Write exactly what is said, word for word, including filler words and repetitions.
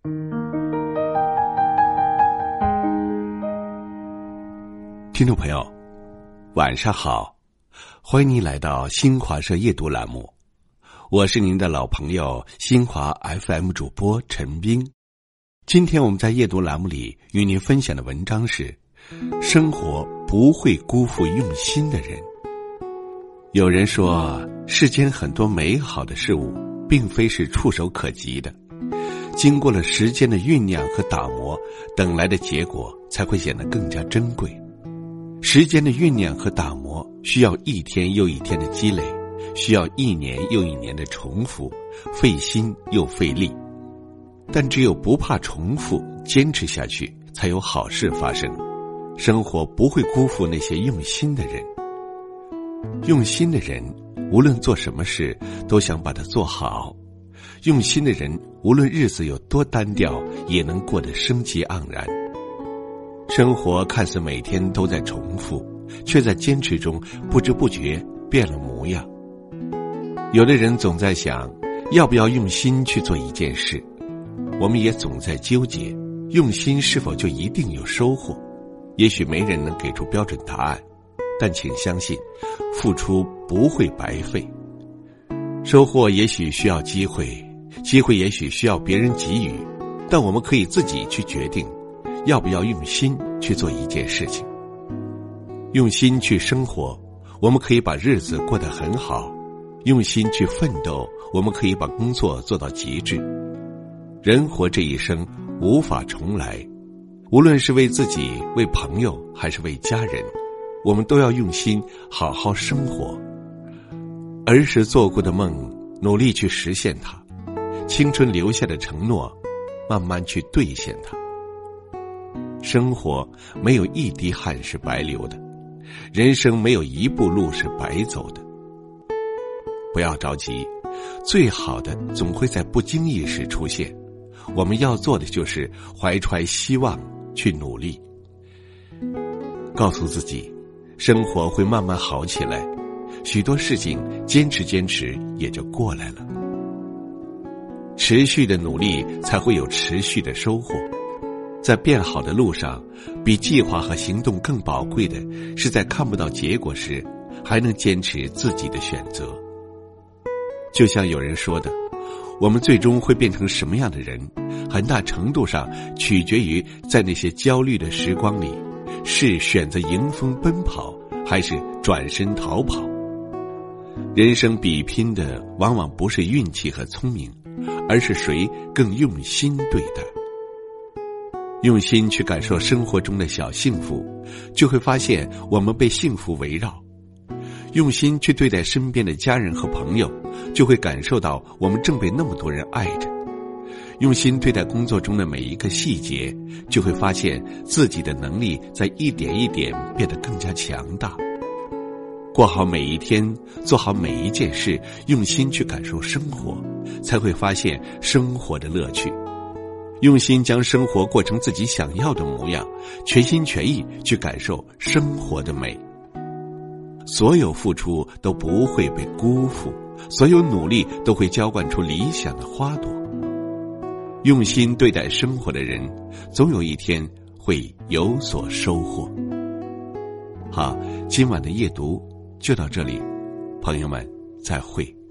听众朋友，晚上好，欢迎您来到新华社夜读栏目，我是您的老朋友新华 F M 主播陈斌。今天我们在夜读栏目里与您分享的文章是：生活不会辜负用心的人。有人说，世间很多美好的事物并非是触手可及的，经过了时间的酝酿和打磨，等来的结果才会显得更加珍贵。时间的酝酿和打磨需要一天又一天的积累，需要一年又一年的重复，费心又费力。但只有不怕重复，坚持下去，才有好事发生。生活不会辜负那些用心的人。用心的人无论做什么事都想把它做好，用心的人无论日子有多单调，也能过得生机盎然。生活看似每天都在重复，却在坚持中不知不觉变了模样。有的人总在想，要不要用心去做一件事，我们也总在纠结，用心是否就一定有收获。也许没人能给出标准答案，但请相信，付出不会白费。收获也许需要机会，机会也许需要别人给予，但我们可以自己去决定要不要用心去做一件事情。用心去生活，我们可以把日子过得很好；用心去奋斗，我们可以把工作做到极致。人活这一生无法重来，无论是为自己、为朋友还是为家人，我们都要用心好好生活。儿时做过的梦，努力去实现它；青春留下的承诺，慢慢去兑现它。生活没有一滴汗是白流的，人生没有一步路是白走的。不要着急，最好的总会在不经意时出现。我们要做的就是怀揣希望去努力，告诉自己，生活会慢慢好起来，许多事情坚持坚持也就过来了。持续的努力才会有持续的收获。在变好的路上，比计划和行动更宝贵的是在看不到结果时，还能坚持自己的选择。就像有人说的，我们最终会变成什么样的人，很大程度上取决于在那些焦虑的时光里，是选择迎风奔跑，还是转身逃跑。人生比拼的往往不是运气和聪明，而是谁更用心对待。用心去感受生活中的小幸福，就会发现我们被幸福围绕；用心去对待身边的家人和朋友，就会感受到我们正被那么多人爱着；用心对待工作中的每一个细节，就会发现自己的能力在一点一点变得更加强大。过好每一天，做好每一件事，用心去感受生活，才会发现生活的乐趣。用心将生活过成自己想要的模样，全心全意去感受生活的美。所有付出都不会被辜负，所有努力都会浇灌出理想的花朵。用心对待生活的人，总有一天会有所收获。好，今晚的夜读就到这里，朋友们，再会。